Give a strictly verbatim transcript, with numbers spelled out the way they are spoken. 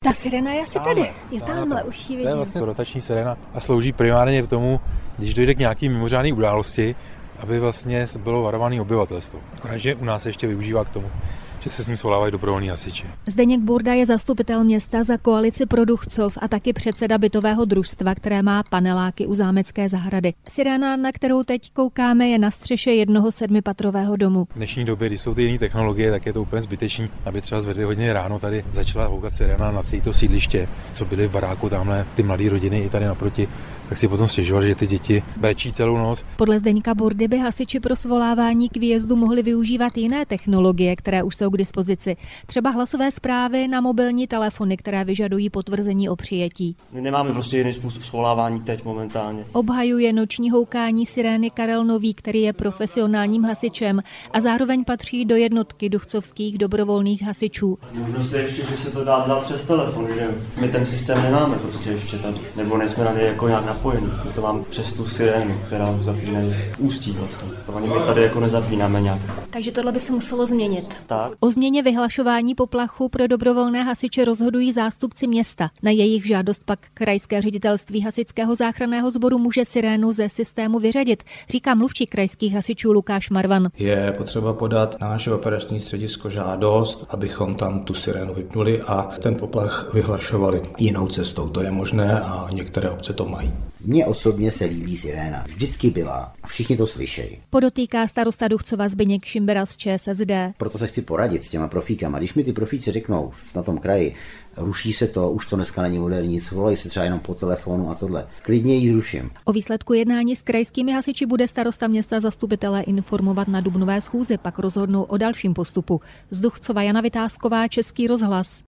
Ta sirena je asi tady. Je tamhle, už ji vidím. To je vlastně rotační sirena a slouží primárně k tomu, když dojde k nějaký mimořádné události, aby vlastně bylo varované obyvatelstvo. Akorát, že u nás ještě využívá k tomu, že se s ní svolávají dobrovolní hasiči. Zdeněk Burda je zastupitel města za koalici pro Duchcov a taky předseda bytového družstva, které má paneláky u Zámecké zahrady. Siréna, na kterou teď koukáme, je na střeše jednoho sedmipatrového domu. V dnešní době, když jsou ty jiné technologie, tak je to úplně zbytečný, aby třeba z dvě hodiny ráno tady začala houkat siréna na celé to sídliště, co byly v baráku tamhle, ty mladé rodiny i tady naproti, tak si potom stěžovali, že ty děti brečí celou noc. Podle Zdeňka Burdy by hasiči pro svolávání k výjezdu mohli využívat jiné technologie, které už jsou k dispozici. Třeba hlasové zprávy na mobilní telefony, které vyžadují potvrzení o přijetí. My nemáme prostě jiný způsob svolávání teď momentálně. Obhajuje noční houkání sirény Karel Nový, který je profesionálním hasičem a zároveň patří do jednotky duchcovských dobrovolných hasičů. Možnost je ještě, že se to dá dělat přes telefon, že my ten systém nemáme prostě ještě tady, nebo nejsme na něj jako nějak napojení. My to máme přes tu sirénu, která zapínají ústí vlastně. To ani my tady jako nezapínáme nějak. Takže tohle by se muselo změnit. Tak. O změně vyhlašování poplachu pro dobrovolné hasiče rozhodují zástupci města. Na jejich žádost pak krajské ředitelství hasičského záchranného sboru může sirénu ze systému vyřadit, říká mluvčí krajských hasičů Lukáš Marvan. Je potřeba podat na naše operační středisko žádost, abychom tam tu sirénu vypnuli a ten poplach vyhlašovali jinou cestou. To je možné a některé obce to mají. Mně osobně se líbí siréna. Vždycky byla a všichni to slyšejí. Podotýká starosta Duchcova Zbyněk Šimbera z ČSSD. Proto se chci poradit s těma profíkama. Když mi ty profíci řeknou na tom kraji, ruší se to, už to dneska není moderní, volají se třeba jenom po telefonu a tohle. Klidně ji zruším. O výsledku jednání s krajskými hasiči bude starosta města zastupitelé informovat na dubnové schůzi, pak rozhodnou o dalším postupu. Z Duchcova Jana Vytázková, Český rozhlas.